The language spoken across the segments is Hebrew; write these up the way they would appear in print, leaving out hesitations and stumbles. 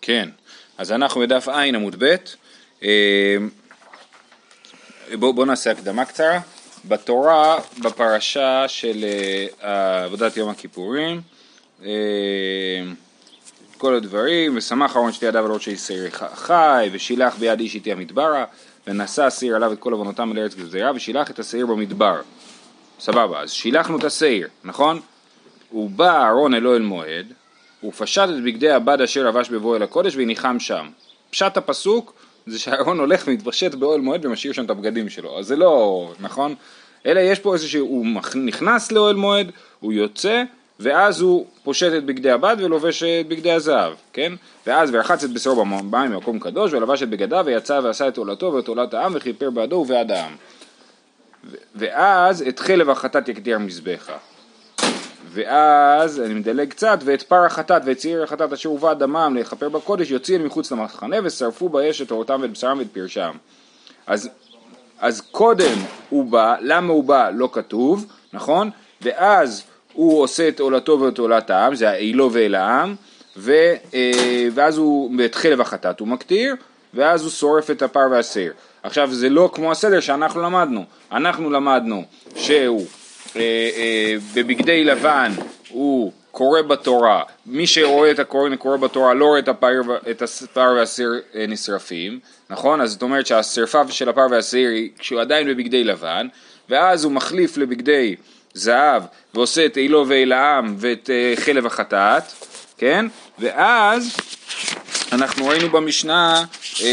כן, אז אנחנו בדף עין עמוד ב', בואו נעשה הקדמה קצרה. בתורה, בפרשה של עבודת יום הכיפורים, כל הדברים, ושמח אהרון שתי ידיו על ראש שעיר חי, ושילח ביד איש איתי המדברה, ונשא השעיר עליו את כל עוונותם אל ארץ גזירה, ושילח את השעיר במדבר. סבבה, אז שילחנו את השעיר, נכון? הוא בא אהרון אלו אל מועד, הוא פשט את בגדי הבד אשר לבש בבוא אל הקודש וניחם שם. פשט הפסוק זה שאהרון הולך ומתפשט באוהל מועד ומשאיר שם את הבגדים שלו, אז זה לא נכון, אלא יש פה איזשהו, הוא נכנס לאוהל מועד, הוא יוצא, ואז הוא פושט את בגדי הבד ולובש את בגדי הזהב, כן? ואז ורחץ את בשרו במים במקום קדוש ולבש את בגדיו ויצא ועשה את עולתו ואת עולת העם וכיפר בעדו ובעד העם. ואז את חלב החטאת יקטיר מזבחה. ואז אני מדלג קצת, ואת פר החטאת ואת שעיר החטאת אשר הובא דמם לכפר בקודש יוציא אל מחוץ למחנה ושרפו באש את עורתם ואת בשרם ואת פרשם. אז קודם הוא בא, למה הוא בא לא כתוב, נכון? ואז הוא עושה את עולתו ואת עולת העם, זה האילו ואל העם, ואז הוא את חלב החטאת הוא מקטיר, ואז הוא שורף את הפר והשעיר. עכשיו זה לא כמו הסדר שאנחנו למדנו, אנחנו למדנו שהוא בבגדי לבן הוא קורא בתורה, מי שרואה את הקורא בתורה לא רואה את הפר והשעיר נשרפים, נכון? אז זאת אומרת שהשרפה של הפר והשעיר כשהוא עדיין בבגדי לבן, ואז הוא מחליף לבגדי זהב ועושה את אילו ואל העם ואת חלב החטאת, כן? ואז אנחנו ראינו במשנה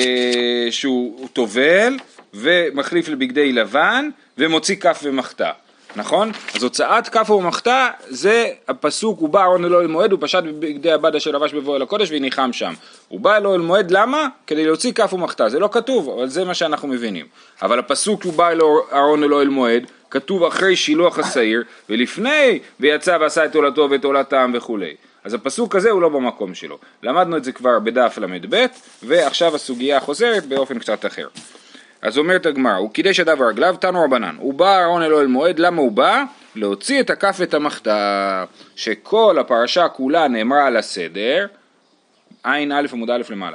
שהוא טובל ומחליף לבגדי לבן ומוציא כף ומחתה, נכון? אז הוצאת כף ומחתה זה הפסוק, הוא בא אהרון אלו אל מועד, הוא פשט בגדי הבד אשר לבש בבוא אל הקודש וניחם שם. הוא בא אלו אל מועד, למה? כדי להוציא כף ומחתה, זה לא כתוב, אבל זה מה שאנחנו מבינים. אבל הפסוק הוא בא אהרון אלו אל מועד, כתוב אחרי שילוח השעיר ולפני ויצא ועשה את עולתו ואת עולת העם וכולי. אז הפסוק הזה הוא לא במקום שלו. למדנו את זה כבר בדף למד ב', ועכשיו הסוגיה חוזרת באופן קצת אחר. אז אומרת הגמרא, הוא קידש ידיו ורגליו, תנו רבנן. הוא בא אהרון אלו אל מועד, למה הוא בא? להוציא את הכף ואת המחתה, שכל הפרשה כולה נאמרה על הסדר, עין א' עמוד א' למעלה.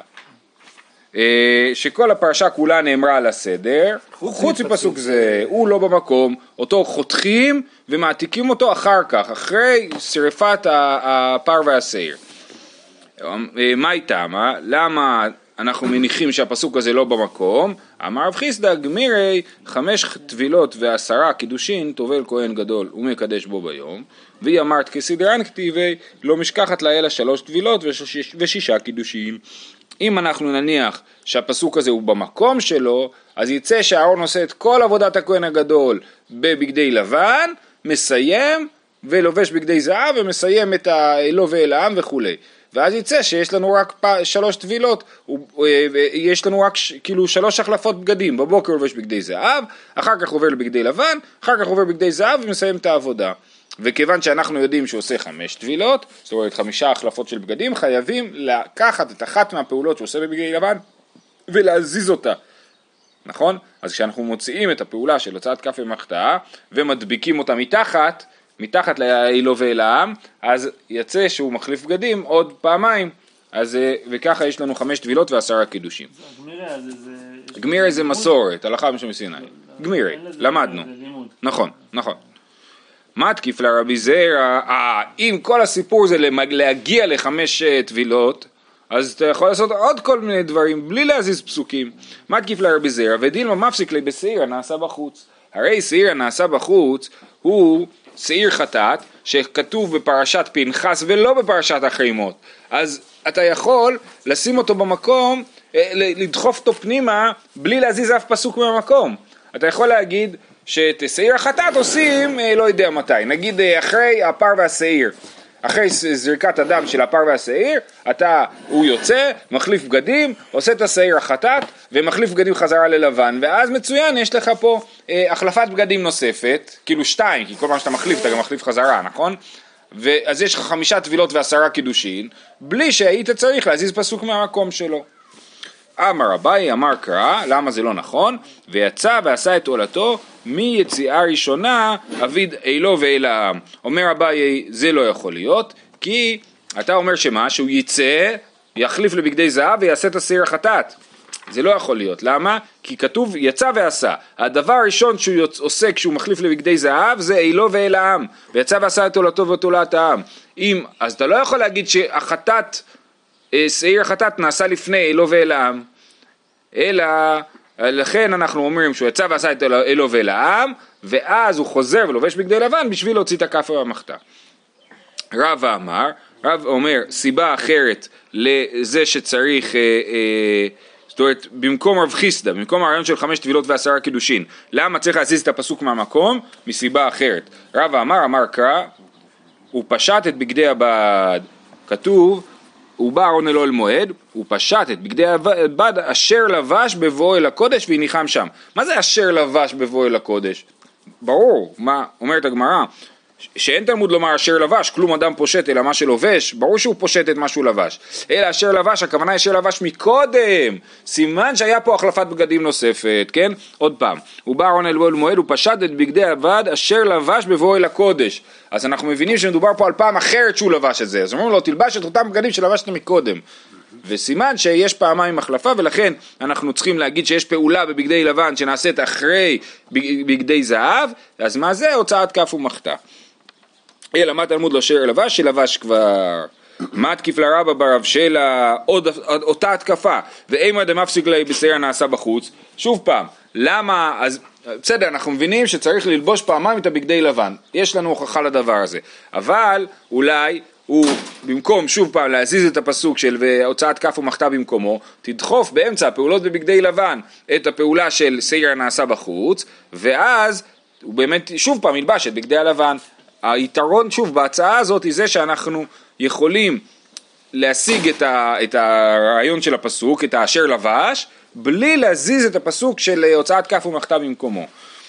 שכל הפרשה כולה נאמרה על הסדר, חוץ מפסוק זה, הוא לא במקום, אותו חותכים ומעתיקים אותו אחר כך, אחרי שריפת הפר והשעיר. מה איתה? למה אנחנו מניחים שהפסוק הזה לא במקום? אמר רב חיסדא גמירי 5 טבילות ו10 קידושין טובל כהן גדול ומקדש בו ביום, והיא אמרת כסדרן כתיבי לא משכחת לה אלא 3 טבילות ו6 קידושין. אם אנחנו נניח שהפסוק הזה הוא במקום שלו, אז יצא שאהרון עושה את כל עבודת הכהן הגדול בבגדי לבן, מסיים ולובש בגדי זהב ומסיים את האילו ואל העם וכולי. ואז יצא שיש לנו רק 3 טבילות, יש לנו רק כאילו 3 החלפות בגדים, בבוקר לובש בגדי זהב, אחר כך עובר לבגדי לבן, אחר כך עובר בגדי זהב ומסיים את העבודה. וכיוון שאנחנו יודעים שהוא עושה 5 טבילות, זאת אומרת 5 החלפות של בגדים, חייבים לקחת את אחת מהפעולות שהוא עושה בבגדי לבן ולהזיז אותה, נכון? אז כשאנחנו מוציאים את הפעולה של הוצאת כף ומחתה ומדביקים אותה מתחת לאילו ואל העם, אז יצא שהוא מחליף בגדים עוד פעמיים, אז וככה יש לנו 5 טבילות ו10 קידושים. גמירי זה מסורת, הלכה משה מסיני. גמירי, למדנו. נכון. מה תקיף לרבי זרע? אם כל הסיפור זה להגיע ל5 טבילות, אז אתה יכול לעשות עוד כל מיני דברים בלי להזיז פסוקים. מה תקיף לרבי זרע? ודילמה מפסיק לי בשעיר הנעשה בחוץ. הרי שעיר הנעשה בחוץ הוא שעיר חטאת שכתוב בפרשת פנחס ולא בפרשת החימות. אז אתה יכול לשים אותו במקום, לדחוף אותו פנימה בלי להזיז אף פסוק מהמקום. אתה יכול להגיד שאת שעיר החטאת עושים לא יודע מתי, נגיד אחרי הפר והשעיר, אחרי זריקת הדם של הפר והשעיר, הוא יוצא, מחליף בגדים, עושה את השעיר החטאת ומחליף בגדים חזרה ללבן, ואז מצוין, יש לך פה החלפת בגדים נוספת, כאילו 2, כי כל פעם שאתה מחליף אתה גם מחליף חזרה, נכון? אז יש לך 5 טבילות ו10 קידושין, בלי שהיית צריך להזיז פסוק מהמקום שלו. אמר אביי, אמר קרא, למה זה לא נכון? ויצא ועשה את עולתו מיציאה ראשונה אביד אילו ואל העם. אומר אביי, זה לא יכול להיות, כי אתה אומר שמה? שהוא יצא יחליף לבגדי זהב ויעשה את השעיר החטאת. זה לא יכול להיות. למה? כי כתוב יצא ועשה. הדבר הראשון שהוא עושה כשהוא מחליף לבגדי זהב זה אילו ואל העם. ויצא ועשה את תולתו ותולת העם. אז אתה לא יכול להגיד שהחטאת, שעיר החטאת נעשה לפני אילו ואל העם. אלא, לכן אנחנו אומרים שהוא יצא ועשה את אילו ואל העם, ואז הוא חוזר ולובש בגדי לבן בשביל להוציא את הכף והמחתה. רב אמר, רב אומר סיבה אחרת לזה שצריך, זאת אומרת, במקום רב חיסדא, במקום הרעיון של 5 טבילות ו10 קידושין, למה צריך להזיז את הפסוק מהמקום? מסיבה אחרת. רב אמר קרא, הוא פשט את בגדי הבד, כתוב, הוא בא ארון אלוהל מועד, הוא פשט את בגדי הבד אשר לבש בבוא אל הקודש והניחם שם. מה זה אשר לבש בבוא אל הקודש? ברור, מה אומרת הגמרא? שאין תלמוד לומר אשר לבש, כלום אדם פושט אלא מה שלובש, ברור שהוא פושט את מה שהוא לבש. אלא אשר לבש, הכוונה היא אשר לבש מקודם, סימן שהיה פה החלפת בגדים נוספת, כן? עוד פעם, הוא בא ארון אלוהל מועד, הוא פשט את בגדי הבד אשר לבש בבוא אל הקודש. אז אנחנו מבינים שמדובר פה על פעם אחרת שהוא לבש את זה, אז אומרים לו תלבש את אותם בגדים שלבשת מקודם. וסימן שיש פעמיים החלפה, ולכן אנחנו צריכים להגיד שיש פעולה בבגדי לבן שנעשית אחרי בגדי זהב, אז מה זה? הוצאת כף ומחתה. אלא מה תלמוד לא אשר לבש, שלבש כבר. מה התקיף לרבא ברב שלה, אותה התקפה, ואימה דמפסיק לה בשעיר נעשה בחוץ. שוב פעם, למה, אז בסדר, אנחנו מבינים שצריך ללבוש פעמיים את הבגדי לבן, יש לנו הוכחה לדבר הזה, אבל אולי הוא במקום שוב פעם להזיז את הפסוק של והוצאת כף ומחתה במקומו, תדחוף באמצע הפעולות בבגדי לבן את הפעולה של שעיר נעשה בחוץ, ואז הוא באמת שוב פעם ילבש את בגדי הלבן. היתרון שוב בהצעה הזאת היא זה שאנחנו יכולים להשיג את הרעיון של הפסוק, את האשר לבש, בלי להזיז את הפסוק של הוצאת כף ומחתה במקומו.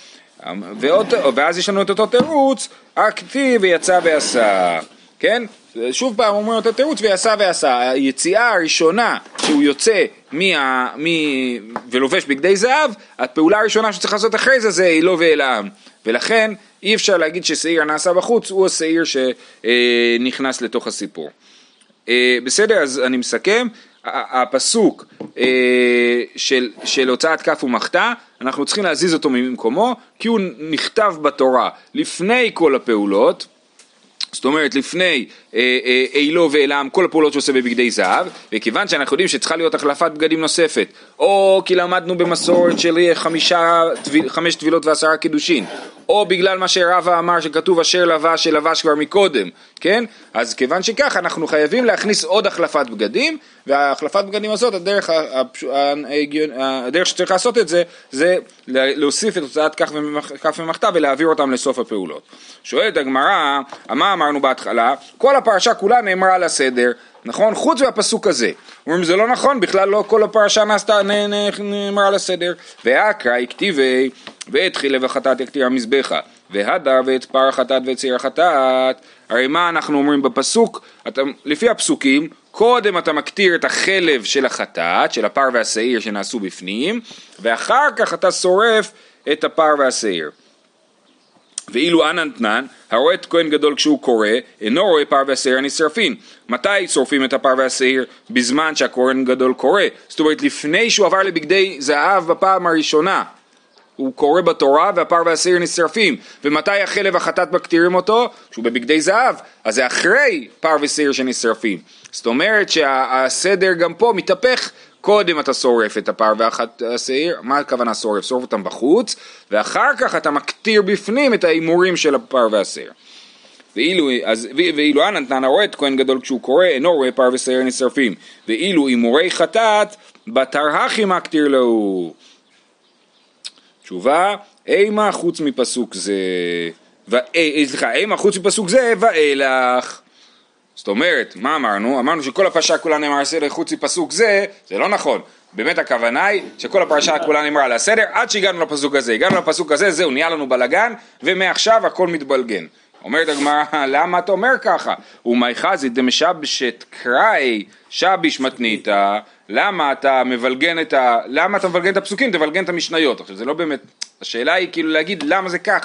ואז יש לנו את אותו תירוץ, הכתיב ויצא ועשה, כן? שוב פעם אומרים את התירוץ ויעשה ועשה. היציאה הראשונה שהוא יוצא ולובש בגדי זהב, הפעולה הראשונה שצריך לעשות אחרי זה זה אילו ואל העם. ולכן אי אפשר להגיד ששעיר נעשה בחוץ, הוא השעיר שנכנס לתוך הסיפור. בסדר, אז אני מסכם. הפסוק של הוצאת כף ומחתה, אנחנו צריכים להזיז אותו ממקומו, כי הוא נכתב בתורה לפני כל הפעולות, זאת אומרת לפני אילו ואל העם, כל הפעולות שעושה בבגדי זהב, וכיוון שאנחנו יודעים שצריכה להיות החלפת בגדים נוספת, או כי למדנו במסורת של 5 טבילות ו10 קידושין, או בגלל מה שרבא אמר שכתוב אשר לבש שלבש כבר מקודם, כן? אז כיוון שכך אנחנו חייבים להכניס עוד החלפת בגדים, והחלפת בגדים הזאת, הדרך שצריך לעשות את זה, זה להוסיף את הוצאת כף ומחתה ולהעביר אותם לסוף הפעולות. שואלת הגמרא, מה אמרנו בהתחלה? כל הפרשה כולה נאמרה על הסדר, נכון? חוץ מהפסוק הזה. אומרים זה לא נכון, בכלל לא כל הפרשה נאמרה על הסדר. והקרא הכתיבי, והתחיל לבחטאת יקטיר המזבחה, והדר ואת פר החטאת ואת שעיר החטאת. הרי מה אנחנו אומרים בפסוק? לפי הפסוקים, קודם אתה מקטיר את החלב של החטאת, של הפר והשעיר שנעשו בפנים, ואחר כך אתה שורף את הפר והשעיר. ואילו אננתנן, הרואה את כהן גדול כשהוא קורא, אינו רואה פר והשעיר הנשרפין. מתי שורפים את הפר והשעיר? בזמן שהכהן גדול קורא. זאת אומרת, לפני שהוא עבר לבגדי זהב בפעם הראשונה. הוא קורא בתורה והפר והשעיר נשרפים. ומתי החלב החטאת מקטירים אותו? שהוא בבגדי זהב. אז זה אחרי פר ושעיר שנשרפים. זאת אומרת שהסדר גם פה מתהפך. קודם אתה שורף את הפר והשעיר, מה הכוונה שורף? שורף אותם בחוץ, ואחר כך אתה מקטיר בפנים את האימורים של הפר והשעיר. ואילו אננתנן הרואה את כהן גדול כשהוא קורא, אינו רואה פר ושעיר נשרפים. ואילו אימורי חטאת, בתרהכי מקטיר לו. תשובה, אימה חוץ מפסוק זה, אימה חוץ מפסוק זה ואילך. זאת אומרת, מה אמרנו? אמרנו שכל הפרשה כולה נאמרה על הסדר חוץ מפסוק זה לא נכון. באמת הכוונה היא שכל הפרשה כולה נאמרה על הסדר עד שהגענו לפסוק הזה. הגענו לפסוק הזה, זהו, נהיה לנו בלגן, ומעכשיו הכל מתבלגן. אומרת הגמרא, למה אתה אומר ככה? ומייחזית דמשבשת קראי שביש מתניתא, למה אתה מבלגן את הפסוקים, תבלגן את המשניות. עכשיו זה לא באמת, השאלה היא כאילו להגיד למה זה ככה.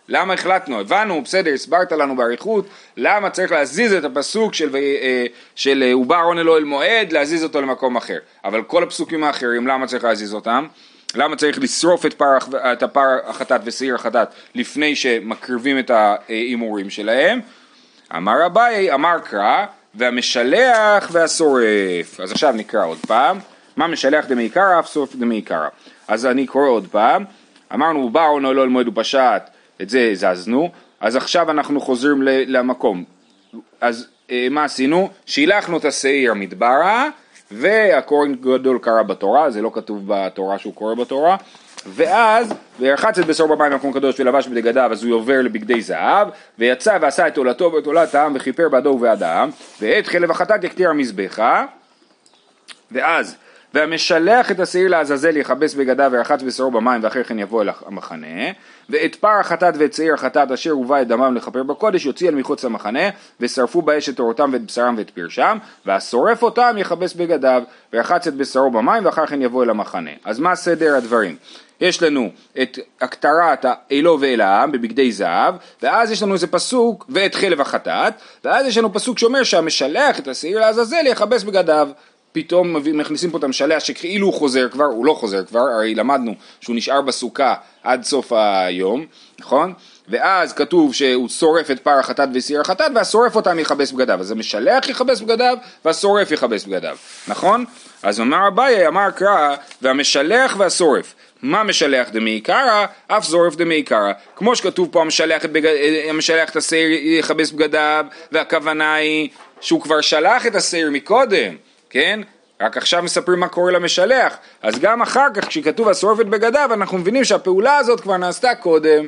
למה החלטנו? הבנו, בסדר, הסברת לנו בעריכות, למה צריך להזיז את הפסוק של ובא אהרון אל אוהל מועד, להזיז אותו למקום אחר. אבל כל הפסוקים האחרים, למה צריך להזיז אותם? למה צריך לשרוף את הפר החטאת ושעיר החטאת לפני שמקריבים את האימורים שלהם? אמר אביי, אמר קרא, והמשלח והשורף. אז עכשיו נקרא עוד פעם. מה משלח דמעיקרא, אף שורף דמעיקרא. אז אני קורא עוד פעם. אמרנו, ובא אהרון אל אוהל מועד ופשט, את זה הזזנו. אז עכשיו אנחנו חוזרים למקום. אז מה עשינו? שילחנו את השעיר מדברה, והכהן גדול קרא בתורה, זה לא כתוב בתורה שהוא קורא בתורה, ואז, וירחץ את בשרו במים במקום קדוש ולבש בגדיו, אז הוא עובר לבגדי זהב, ויצא ועשה את עולתו ואת עולת העם, וכיפר בעדו ובעד העם, ואת חלב החטאת יקטיר המזבחה, ואז, והמשלח את השעיר לעזאזל יכבס בגדיו וירחץ בשרו במים, ואחרי כן יבוא אל המחנה, ואת פר החטאת ואת שעיר החטאת אשר הובא את דמם לכפר בקודש יוציא אל מחוץ למחנה, ושרפו באש את תורתם ואת בשרם ואת פרשם, והשורף אותם יכבס בגדיו וירחץ את בשרו במים, ואחר כן יבוא אל המחנה. אז מה סדר הדברים? יש לנו את הקטרת האלו ואל העם בבגדי זהב, ואז יש לנו איזה פסוק ואת חלב החטאת, ואז יש לנו פסוק שאומר שהמשלח את השעיר לעזאזל יכבס בגדיו. פתאום מכניסים פה את המשלח שכאילו הוא חוזר כבר, הוא לא חוזר כבר, הרי למדנו שהוא נשאר בסוכה עד סוף היום, נכון? ואז כתוב שהוא שורף את פר החטאת ושעיר החטאת, והשורף אותם יכבס בגדיו, אז המשלח יכבס בגדיו, והשורף יכבס בגדיו, נכון? אז אמר אביי, אמר קרא, והמשלח והשורף, מה משלח דמעיקרא, אף שורף דמעיקרא, כמו שכתוב פה המשלח את השעיר יכבס בגדיו, והכוונה היא שהוא כבר שלח את השעיר מקודם, כן? רק עכשיו מספרים מה קורה למשלח, אז גם אחר כך כשכתוב השורף את בגדיו אנחנו מבינים שהפעולה הזאת כבר נעשתה קודם.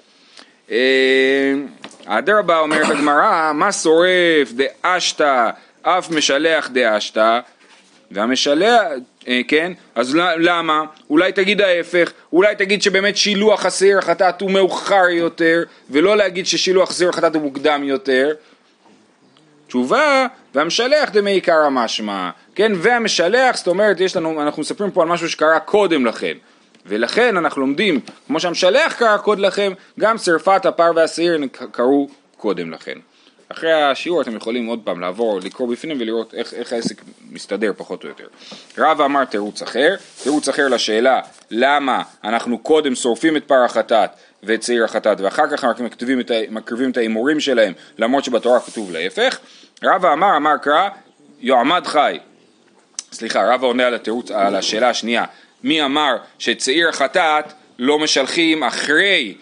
האדרבה אומרת הגמרא, מה שורף דאשתא אף משלח דאשתא, והמשלח, כן? אז למה? אולי תגיד ההפך, אולי תגיד שבאמת שילוח השעיר החטאת הוא מאוחר יותר, ולא להגיד ששילוח השעיר החטאת הוא מוקדם יותר. תשובה, והמשלח דמעיקרא משמע, כן, והמשלח, זאת אומרת, אנחנו מספרים פה על משהו שקרה קודם לכן, ולכן אנחנו לומדים, כמו שהמשלח קרה קודם לכם, גם שרפת הפר והשעיר קרו קודם לכן. אחרי השיעור אתם יכולים עוד פעם לעבור, לקרוא בפנים ולראות איך העסק מסתדר פחות או יותר. רבא אמר תירוץ אחר לשאלה, למה אנחנו קודם שורפים את פר החטאת ואת שעיר החטאת, ואחר כך אנחנו מקריבים את האימורים שלהם, למרות שבתורה כתוב להפך. רבא אמר קרא, יועמד חי. סליחה, רבא עונה על השאלה השנייה. מי אמר שאת שעיר החטאת לא משלחים אחרי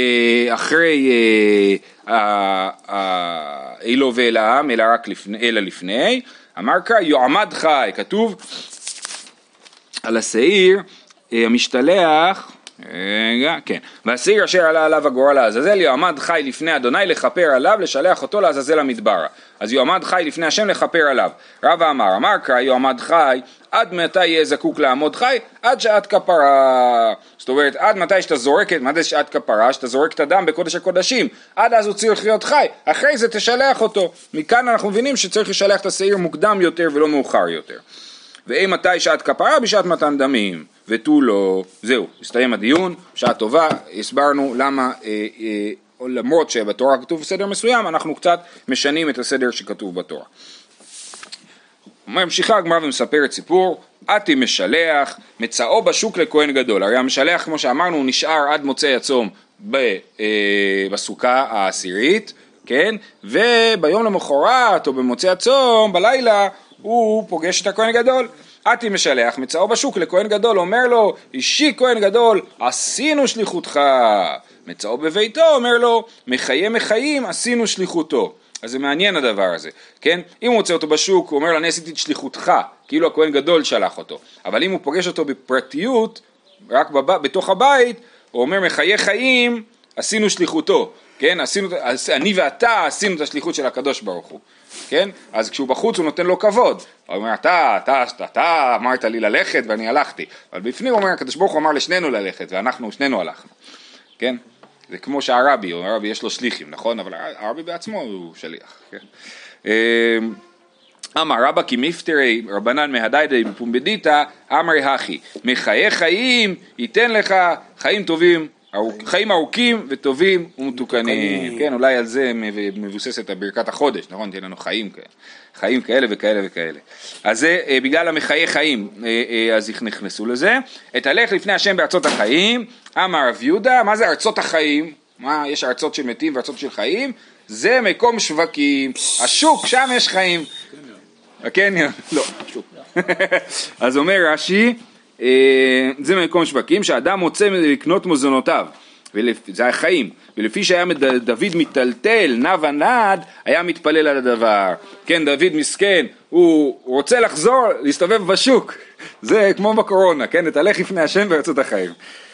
אילו ואל העם, אלא לפני? אמר קרא, יועמד חי. כתוב על השעיר המשתלח, כן, והשעיר אשר עלה עליו הגורל לעזאזל יועמד חי לפני אדוני לכפר עליו, לשלח אותו לעזאזל המדברה. אז יועמד חי לפני השם לכפר עליו. רבא אמר קרא, יועמד חי, עד מתי יהיה זקוק לעמוד חי? עד שעת כפרה. זאת אומרת, עד מתי שאתה זורק, מה זה שעת כפרה? שאתה זורק את הדם בקודש הקודשים, עד אז הוא צריך להיות חי, אחרי זה תשלח אותו. מכאן אנחנו מבינים שצריך לשלח את השעיר מוקדם יותר ולא מאוחר יותר. ואם מתי שעת כפרה? בשעת מתן דמים, ותו לא. זהו, הסתיים הדיון, שעה טובה, הסברנו למה, למרות שבתורה כתוב סדר מסוים, אנחנו קצת משנים את הסדר שכתוב בתורה. ממשיכה הגמרא ומספרת סיפור, עתי משלח, מצאו בשוק לכהן גדול. הרי המשלח, כמו שאמרנו, הוא נשאר עד מוצאי הצום בסוכה העשירית, כן? וביום למחרת או במוצאי הצום, בלילה, הוא פוגש את הכהן גדול. עתי משלח, מצאו בשוק לכהן גדול, אומר לו, אישי כהן גדול, עשינו שליחותך. מצאו בביתו, אומר לו, מחיים, עשינו שליחותו. אז זה מעניין הדבר הזה, כן? אם הוא מוצא אותו בשוק, הוא אומר לו, אני עשיתי את שליחותך, כאילו הכהן גדול שלח אותו. אבל אם הוא פוגש אותו בפרטיות, רק בתוך הבית, הוא אומר, חיים, עשינו שליחותו. כן? אני ואתה עשינו את השליחות של הקדוש ברוך הוא. כן? אז כשהוא בחוץ הוא נותן לו כבוד. הוא אומר, אתה אמרת לי ללכת ואני הלכתי. אבל בפנים הוא אומר, הקדוש ברוך הוא אמר לשנינו ללכת ואנחנו שנינו הלכנו. כן? זה כמו שהרבי יש לו שליחים, נכון? אבל הרבי בעצמו הוא שליח. כן? אמר רבא כי מפטרי רבנן מהדיידי בפומבדיתא אמרי הכי, מחיי חיים ייתן לך חיים טובים חיים ארוכים וטובים ומתוקנים. כן, אולי על זה מבוססת ברכת החודש, נכון? תהיה לנו חיים כאלה וכאלה וכאלה. אז זה בגלל המחיי חיים, אז נכנסו לזה. את הלך לפני השם בארצות החיים, אמר רב יהודה, מה זה ארצות החיים? יש ארצות של מתים וארצות של חיים? זה מקום שווקים, השוק, שם יש חיים. הקניון, לא, השוק. אז אומר רש"י, זה מקום שווקים שאדם מוצא לקנות מזונותיו, זה החיים, ולפי שהיה דוד מטלטל נע ונד, היה מתפלל על הדבר. כן, דוד מסכן, הוא רוצה לחזור להסתובב בשוק, זה כמו בקורונה, כן, תלך לפני השם בארצות החיים.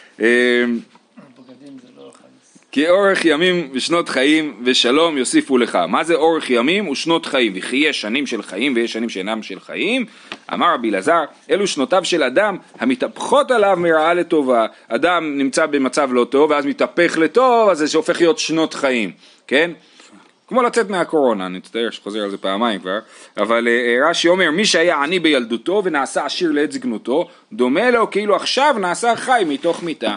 כי אורך ימים ושנות חיים ושלום יוסיפו לך. מה זה אורך ימים ושנות חיים? וכי יש שנים של חיים ויש שנים שאינם של חיים. אמר רבי אלעזר, אלו שנותיו של אדם המתהפכות עליו מרעה לטובה. אדם נמצא במצב לא טוב ואז מתהפך לטוב, אז זה הופך להיות שנות חיים, כן? כמו לצאת מהקורונה, אני מצטער שחוזר על זה פעמיים כבר, אבל רש"י אומר, מי שהיה עני בילדותו ונעשה עשיר לעת זקנותו, דומה לו כאילו עכשיו נעשה חי מתוך מיתה.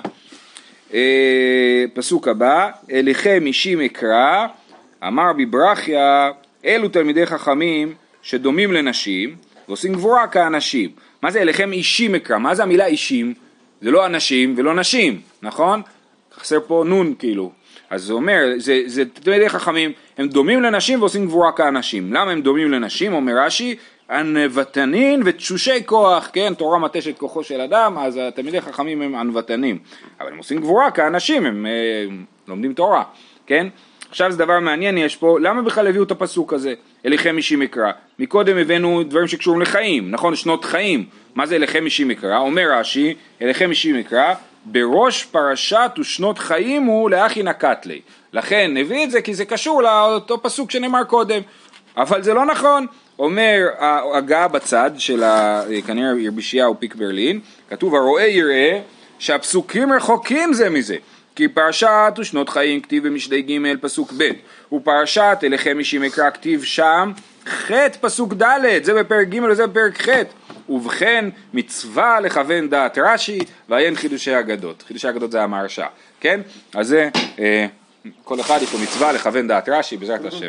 פסוק הבא, אליכם אישים אקרא, אמר בברכיה, אלו תלמידי חכמים שדומים לנשים ועושים גבורה כאנשים. מה זה אליכם אישים אקרא? מה זה המילה אישים? זה לא אנשים ולא נשים, נכון? חסר פה נון כאילו. אז זה אומר, זה תלמידי חכמים, הם דומים לנשים ועושים גבורה כאנשים. למה הם דומים לנשים? אומר רש"י, ענוותנין ותשושי כוח, כן, תורה מתשת כוחו של אדם, אז התלמידי חכמים הם ענוותנים, אבל הם עושים גבורה כאנשים, הם לומדים תורה, כן? עכשיו זה דבר מעניין יש פה, למה בכלל הביאו את הפסוק הזה, אליכם אישים אקרא? מקודם הבאנו דברים שקשורים לחיים, נכון, שנות חיים, מה זה אליכם אישים אקרא? אומר רש"י, אליכם אישים אקרא, בראש פרשת ושנות חיים הוא לאחי נקט לי, לכן הביא את זה כי זה קשור לאותו פסוק שנאמר קודם, אבל זה לא נכון. אומר ההגעה בצד של כנראה ירבשיהו פיק ברלין, כתוב הרואה יראה שהפסוקים רחוקים זה מזה, כי פרשת ושנות חיים כתיב במשלי ג' פסוק ב', ופרשת אליכם אישים אקרא כתיב שם ח' פסוק ד', זה בפרק ג' וזה בפרק ח', ובכן מצווה לכוון דעת רש"י ועיין חידושי אגדות. חידושי אגדות זה המהרש"א, כן? אז זה כל אחד יש לו מצווה לכוון דעת רש"י בעזרת השם.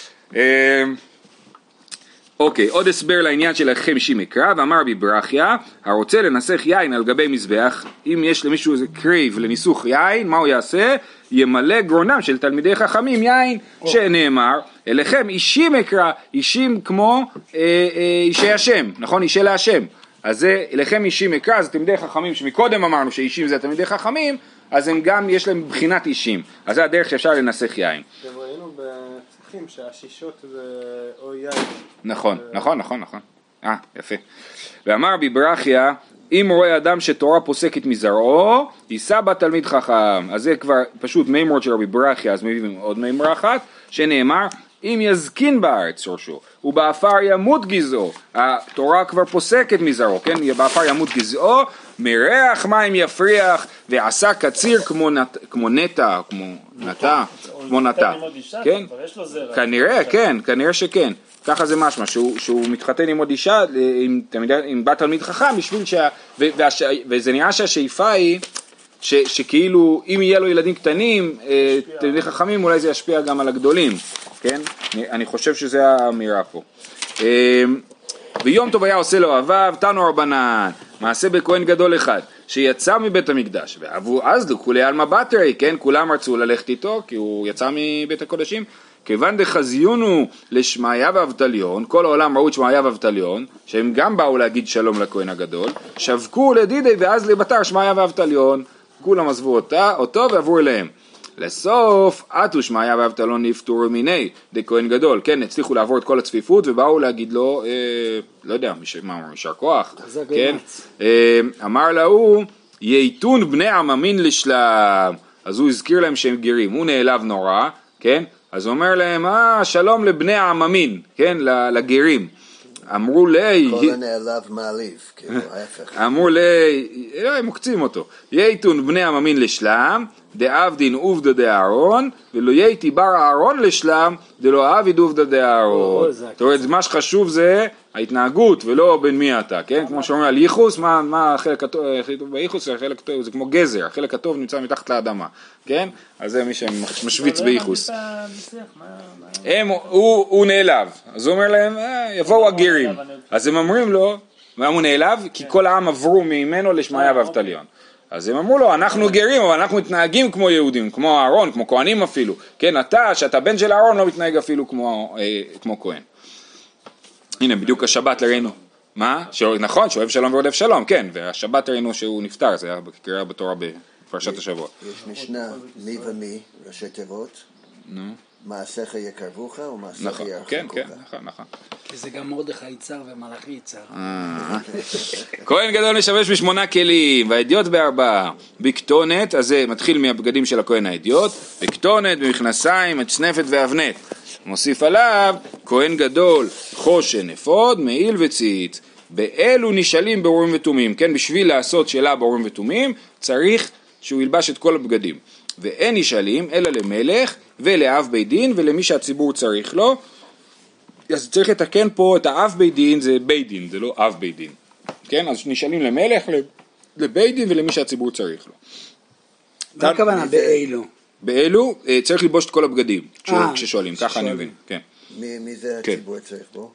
אוקיי, עוד הסבר לעניין של אליכם אישים אקרא, ואמר בברכיה, הרוצה לנסח יין על גבי מזבח, אם יש למישהו איזה קרייב לניסוך יין, מה הוא יעשה? ימלא גרונם של תלמידי חכמים יין, שנאמר, אליכם אישים אקרא, אישים כמו אישי השם, נכון? אישי להשם. אז זה אליכם אישים אקרא, זה תלמידי חכמים, שמקודם אמרנו שאישים זה תלמידי חכמים, אז הם גם יש להם בחינת אישים, אז זה הדרך שאפשר לנסח יין. ראינו בצרכים שהשישות זה או יין. נכון. יפה. ואמר בברכיה, אם רואה אדם שתורה פוסקת מזרעו, יישא בה תלמיד חכם. אז זה כבר פשוט מימרות של רבי ברכיה, אז מביאים עוד מימרה אחת, שנאמר, אם יזקין בארץ שורשו, ובאפר ימות גזעו, התורה כבר פוסקת מזרעו, כן? באפר ימות גזעו, מריח מים יפריח, ועשה קציר כמו נטע, כן? כנראה, כן, כנראה שכן. ככה זה משמע, שהוא מתחתן עם עוד אישה, עם בת תלמיד חכם, בשביל וזה נראה שהשאיפה היא, שכאילו אם יהיה לו ילדים קטנים, תלמידי חכמים, אולי זה ישפיע גם על הגדולים, כן? אני חושב שזה האמירה פה. ויום טוב היה עושה לו אהביו, תנו רבנן, מעשה בכהן גדול אחד, שיצא מבית המקדש, ואהבו אז לכולי עלמא בתרי, כן? כולם רצו ללכת איתו, כי הוא יצא מבית הקודשים, כיוון דחזיונו לשמעיה ואבטליון, כל העולם ראו את שמעיה ואבטליון, שהם גם באו להגיד שלום לכהן הגדול, שבקו לדידי ואז לבטר שמעיה ואבטליון, כולם עזבו אותו ועברו אליהם. לסוף, עטו שמעיה ואבטליון נפטרו מיני דכהן גדול, כן, הצליחו לעבור את כל הצפיפות ובאו להגיד לו, לא יודע, משאר כוח, כן, אמר לה ייתון בני עממין לשלם, אז הוא הזכיר להם שהם גרים, הוא נעלב נורא, כן, אז הוא אומר להם, שלום לבני העממין, כן, לגרים. אמרו לי... כל הנעלב מעליב, כאילו, ההפך. אמרו לי, לא, הם מוקצים אותו. ייתון בני עממין לשלם, דאבדין עובדא דאהרון, ולא ייתי בר אהרון לשלם, דלא עביד עובדא דאהרון. זאת אומרת, מה שחשוב זה ההתנהגות ולא בין מי אתה, כן? כמו שאומרים על ייחוס, מה החלק הטוב בייחוס? החלק הטוב זה כמו גזר, החלק הטוב נמצא מתחת לאדמה, כן? אז זה מי שמשוויץ בייחוס. הוא נעלב, אז הוא אומר להם, יבואו הגרים, אז הם אומרים לו, הוא נעלב? כי כל העם עברו ממנו לשמעיה ואבטליון. אז הם אמרו לו, אנחנו גרים, אבל אנחנו מתנהגים כמו יהודים, כמו אהרון, כמו כהנים אפילו. כן, שאתה בן של אהרון לא מתנהג אפילו כמו כהן. הנה, בדיוק השבת ראינו. מה? נכון, שאוהב שלום ועודף שלום, כן, והשבת ראינו שהוא נפטר, זה היה בקריאה בתורה בפרשת השבוע. יש משנה, מי ומי, ראשי תיבות. מעשיך יקרבוך או מעשיך ירחקוך. כן, נכון. כי זה גם מרדכי יצר ומלאכי יצר. כהן גדול משמש ב8 כלים, והאדיוט ב4. בכתונת, אז זה מתחיל מהבגדים של הכהן האדיוט, בכתונת, במכנסיים, מצנפת ואבנת. מוסיף עליו, כהן גדול, חושן, אפוד, מעיל וציץ. באלו נשאלים באורים ותומים, כן? בשביל לעשות שאלה באורים ותומים, צריך שהוא ילבש את כל הבגדים. ואין נשאלים אלא למלך ולאב בית דין ולמי שהציבור צריך לו. אז צריך לתקן פה את האב בית דין, זה בית דין, זה לא אב בית דין. כן? אז נשאלים למלך, לבית דין ולמי שהציבור צריך לו. מה הכוונה באלו? באלו צריך ללבוש את כל הבגדים כששואלים, ככה אני מבין. כן. מי זה הציבור צריך בו?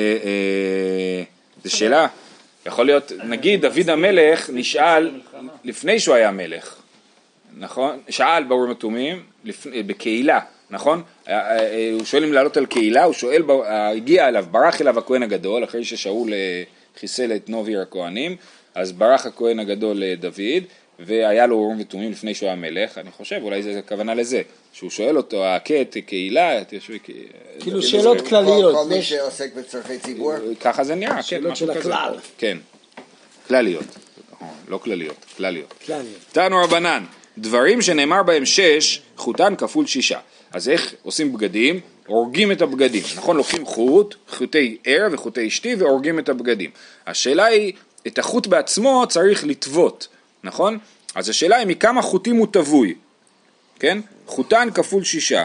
זו שאלה. יכול להיות, נגיד דוד המלך נשאל לפני שהוא היה מלך. נכון? שאל באורים ותומים בקהילה, נכון? הוא שואל אם לעלות על קהילה, הוא שואל, הגיע אליו, ברח אליו הכהן הגדול, אחרי ששאול חיסל את נוביר הכהנים, אז ברח הכהן הגדול לדוד, והיה לו אורים ותומים לפני שהוא היה מלך, אני חושב, אולי זה כוונה לזה, שהוא שואל אותו, הקט, קהילה, כאילו שאלות כלליות. כל מי שעוסק בצרכי ציבור? ככה זה נראה, כן, שאלות של הכלל. כן, כלליות, לא כלליות, כלליות. תנו רבנן. דברים שנאמר בהם 6, חוטן כפול 6. אז איך עושים בגדים? הורגים את הבגדים. נכון, לוקחים חוטי ער וחוטי אשתי והורגים את הבגדים. השאלה היא, את החוט בעצמו צריך לטוות, נכון? אז השאלה היא מכמה חוטים הוא תבוי. כן? חוטן כפול 6.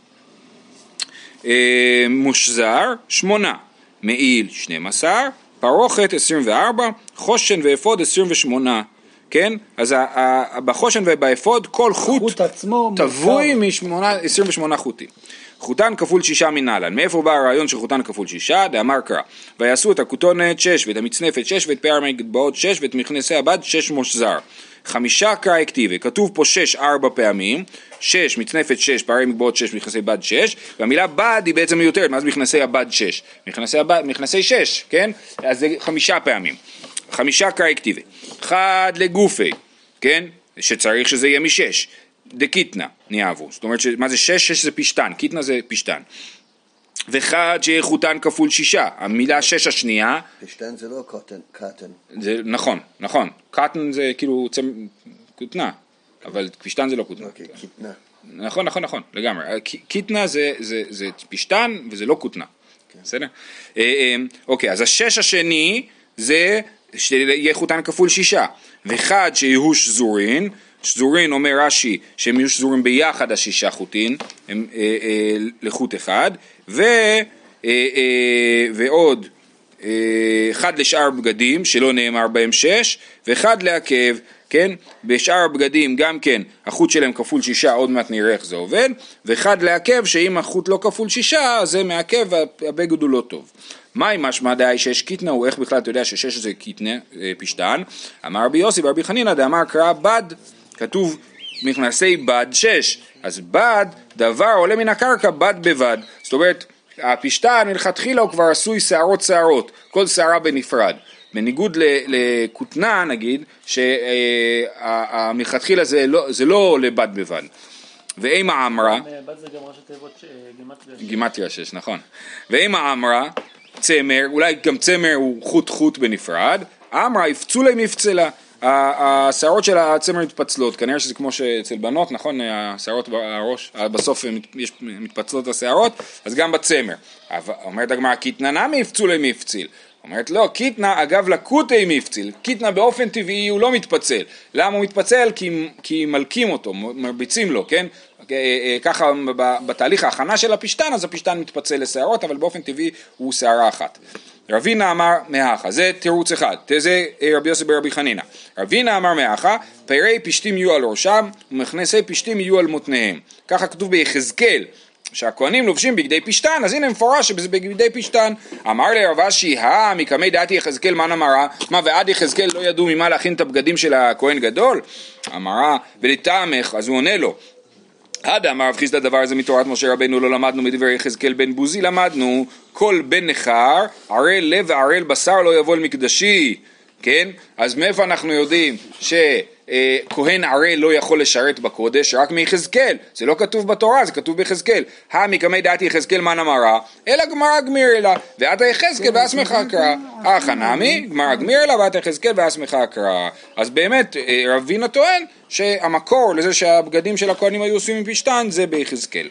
מושזר 8. מעיל 12. פרוכת 24. חושן ואפוד 28. כן? אז בחושן ובאפוד כל חוט תבוי מ-28 חוטים. חוטן כפול 6 מנהלן. מאיפה בא הרעיון של חוטן כפול 6? דאמר קרא. ויעשו את הכותונת 6 ואת המצנפת 6 ואת פאר המגבעות 6 ואת מכנסי הבד 6 מושזר. 5 קרא הכתיבה. כתוב פה 6 4 פעמים. 6 מצנפת 6 פאר המגבעות 6 מכנסי בד 6. והמילה בד היא בעצם מיותרת. מה זה מכנסי הבד 6? מכנסי 6, כן? אז זה 5 פעמים. 5 קרא הכתיבה. 1 לגופי, כן? שצריך שזה יהיה מ6. דקיטנה, נעבו. זאת אומרת, מה זה 6? 6 זה פשטן, קיטנה זה פשטן. ואחד שיהיה חוטן כפול 6. המילה 6 השנייה. פשטן זה לא קטן. זה נכון. קטן זה כאילו כותנה, אבל פשטן זה לא כותנה. אוקיי, קיטנה. נכון, לגמרי. קיטנה זה פשטן וזה לא כותנה. בסדר? אוקיי, אז 6 השני זה שיהיה חוטן כפול 6. ואחד שיהיו שזורין, שזורין אומר רש"י שהם יהיו שזורים ביחד 6 חוטין, הם לחוט אחד, ועוד 1 לשאר בגדים שלא נאמר בהם 6, ו1 לעכב, כן? בשאר הבגדים גם כן החוט שלהם כפול 6, עוד מעט נראה איך זה עובד, ו1 לעכב שאם החוט לא כפול 6 זה מעכב והבגד הוא לא טוב. מה עם משמע דאי 6 קיטנה, הוא איך בכלל אתה יודע ש6 זה קיטנה, פשטן? אמר רבי יוסי ורבי חנינא דאמר קרא בד, כתוב מכנסי בד 6, אז בד דבר עולה מן הקרקע בד בבד, זאת אומרת הפשטן מלכתחילה הוא כבר עשוי שערות, כל שערה בנפרד, בניגוד לכותנה נגיד שהמלכתחילה זה לא לבד בבד. ואימא אמרה, בד זה גם ראשי תיבות גימטריה 6, נכון. ואימא אמרה צמר, אולי גם צמר הוא חוט בנפרד, אמרה יפצו להם יפצלה, השערות של הצמר מתפצלות, כנראה שזה כמו שאצל בנות, נכון, השערות בראש, בסוף מתפצלות השערות, אז גם בצמר. אומרת הגמרא, קיטנה נמי יפצו להם יפציל. אומרת לא, קיטנה אגב לקוטי מפציל, קיטנה באופן טבעי הוא לא מתפצל. למה הוא מתפצל? כי מלקים אותו, מרביצים לו, כן? ככה בתהליך ההכנה של הפשטן, אז הפשטן מתפצל לשערות, אבל באופן טבעי הוא שערה אחת. רבינה אמר מאחה, זה תירוץ אחד, זה רבי יוסי ברבי חנינא. רבינה אמר מאחה, פיירי פשתים יהיו על ראשם ומכנסי פשתים יהיו על מותניהם. ככה כתוב ביחזקאל, שהכהנים לובשים בגדי פשתן, אז הנה מפורש שזה בגדי פשתן. אמר לי רב אשי, מקמי דעתי יחזקאל מה נאמרה? מה ועד יחזקאל לא ידעו ממה להכין את הבגדים של הכהן גדול? אמרה, ולטעמך, אז הוא עונה לו, אמר רב חיסדא דבר הזה מתורת משה רבנו לא למדנו מדבר יחזקאל בן בוזי, למדנו כל בן נחר ערל לב וערל בשר לא יבוא אל מקדשי, כן? אז מאיפה אנחנו יודעים שכהן ערל לא יכול לשרת בקודש? רק מיחזקאל, זה לא כתוב בתורה, זה כתוב ביחזקאל. מקמי דעתי יחזקאל מה נאמרה? אלא גמרא גמיר לה ועתה יחזקאל ואסמך אקרא. חנמי גמרא גמיר לה ועתה יחזקאל ואסמך אקרא. אז באמת רבינה טוען שהמקור לזה שהבגדים של הכהנים היו עושים מפשתן זה ביחזקאל.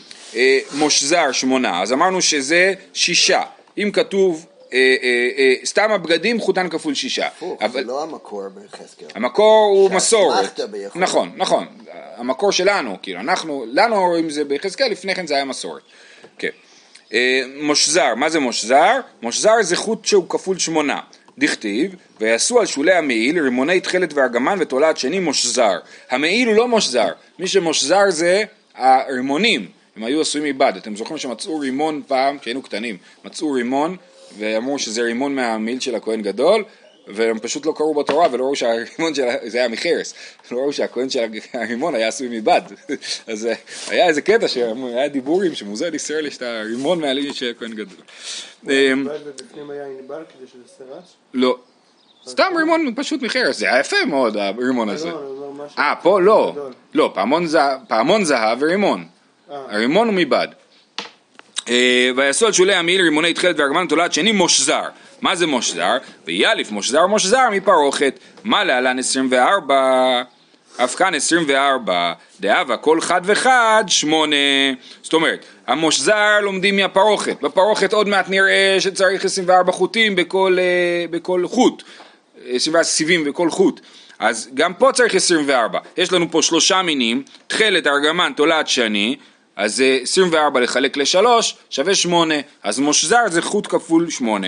מושזר 8, אז אמרנו שזה 6. אם כתוב סתם הבגדים חותן כפול 6. זה לא המקור ביחזקאל. המקור הוא מסורת. נכון, נכון. המקור שלנו, כאילו, לנו רואים זה ביחזקאל, לפני כן זה היה מסורת. כן. מושזר, מה זה מושזר? מושזר זה חוט שהוא כפול 8. דכתיב, ויעשו על שולי המעיל רימוני תכלת וארגמן ותולעת שני מושזר. המעיל הוא לא מושזר. מי שמושזר זה הרימונים. הם היו עשויים מבד. אתם זוכרים שמצאו רימון פעם, כשהיינו קטנים, מצאו רימון ואמרו שזה רימון מהמיל של הכהן גדול, והם פשוט לא קראו בתורה ולא ראו שהרימון שלה, זה היה מחרס, לא ראו שהכהן של הרימון היה עשוי מבד. אז היה איזה קטע שהיה דיבורים שמוזר ישראל יש את הרימון מהליל של הכהן גדול. ובפנים היה ענבל כדי שזה סרש? לא. סתם רימון פשוט מחרס, זה היה יפה מאוד הרימון הזה. פה לא. לא, פעמון זהב ורימון. הרימון הוא מבד. ויעשו על שולי המעיל רימוני תכלת וארגמן תולעת שני מושזר. מה זה מושזר? ויאליף מושזר מפרוכת. מה להלן 24? אף כאן 24. דאבה כל חד וחד 8. זאת אומרת, המושזר לומדים מהפרוכת. בפרוכת עוד מעט נראה שצריך 24 חוטים בכל חוט. 24 סיבים בכל חוט. אז גם פה צריך 24. יש לנו פה 3 מינים, תכלת, ארגמן, תולעת שני. אז 24 לחלק ל3 שווה 8, אז מושזר זה חוט כפול 8.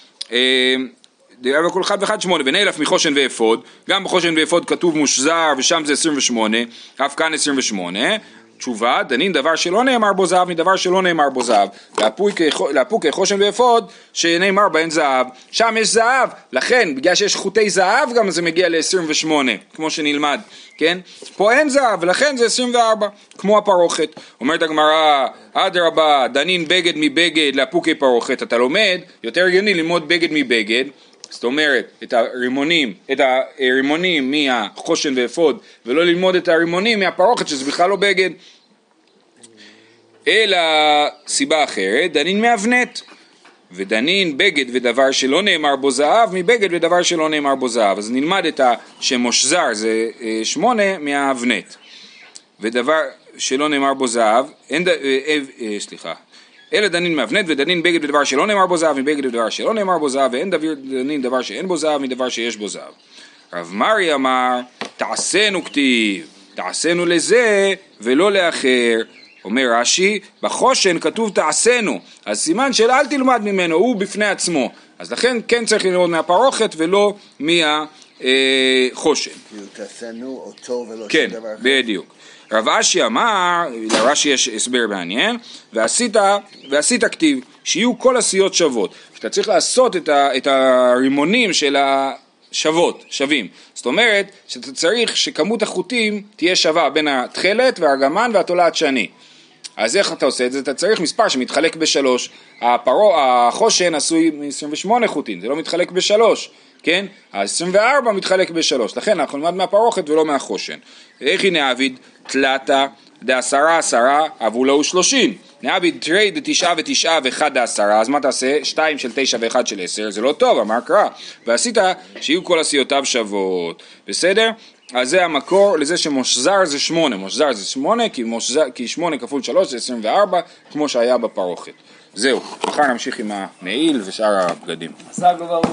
דאבה כל אחד ואחד 8, ונאלף מחושן ואפוד, גם בחושן ואפוד כתוב מושזר ושם זה 28, אף כאן 28. תשובה, דנין דבר שלא נאמר בו זהב מדבר שלא נאמר בו זהב, לאפוק חושן ואפוד שנאמר בהן זהב, שם יש זהב, לכן בגלל שיש חוטי זהב גם זה מגיע ל-28, כמו שנלמד, כן? פה אין זהב ולכן זה 24, כמו הפרוכת. אומרת הגמרא, אדרבה, דנין בגד מבגד לאפוקי פרוכת, אתה לומד, יותר הגיוני ללמוד בגד מבגד, זאת אומרת, את הרימונים מהחושן ואפוד, ולא ללמוד את הרימונים מהפרוכת, שזה בכלל לא בגד. אלא סיבה אחרת, דנין מאבנת, ודנין בגד ודבר שלא נאמר בו זהב, מבגד ודבר שלא נאמר בו זהב. אז נלמד את שמושזר זה 8 מהאבנת, ודבר שלא נאמר בו זהב, אלא דנין מאבנת ודנין בגד ודבר שלא נאמר בו זהב מבגד ודבר שלא נאמר בו זהב, ואין דנין דבר שאין בו זהב מדבר שיש בו זהב. רב מרי אמר תעשינו כתיב, תעשינו לזה ולא לאחר. אומר רש"י, בחושן כתוב תעשינו, אז סימן של אל תלמד ממנו, הוא בפני עצמו, אז לכן כן צריך ללמוד מהפרוכת ולא מהחושן. תעשינו אותו ולא כן, שום דבר אחר. בדיוק. רב אשי אמר, לרש"י יש הסבר מעניין, ועשית כתיב, שיהיו כל עשיות שוות. שאתה צריך לעשות את הרימונים של שווים. זאת אומרת, שאתה צריך שכמות החוטים תהיה שווה בין התכלת והארגמן והתולעת שני. אז איך אתה עושה את זה? אתה צריך מספר שמתחלק בשלוש. החושן עשוי מ-28 חוטים, זה לא מתחלק בשלוש. כן? ה-24 מתחלק בשלוש, לכן אנחנו נלמד מהפרוכת ולא מהחושן. איך היא נעביד תלתה ד10 10 עבו לו 30, נעביד תרי ד9 ו9 ו1 ד10, אז מה תעשה? 2 של 9 ו1 של 10, זה לא טוב, אמר קרא, ועשית שיהיו כל עשיותיו שוות, בסדר? אז זה המקור לזה שמושזר זה 8, מושזר זה 8 כי 8 כפול 3 זה 24, כמו שהיה בפרוכת. זהו, מחר נמשיך עם המעיל ושאר הבגדים.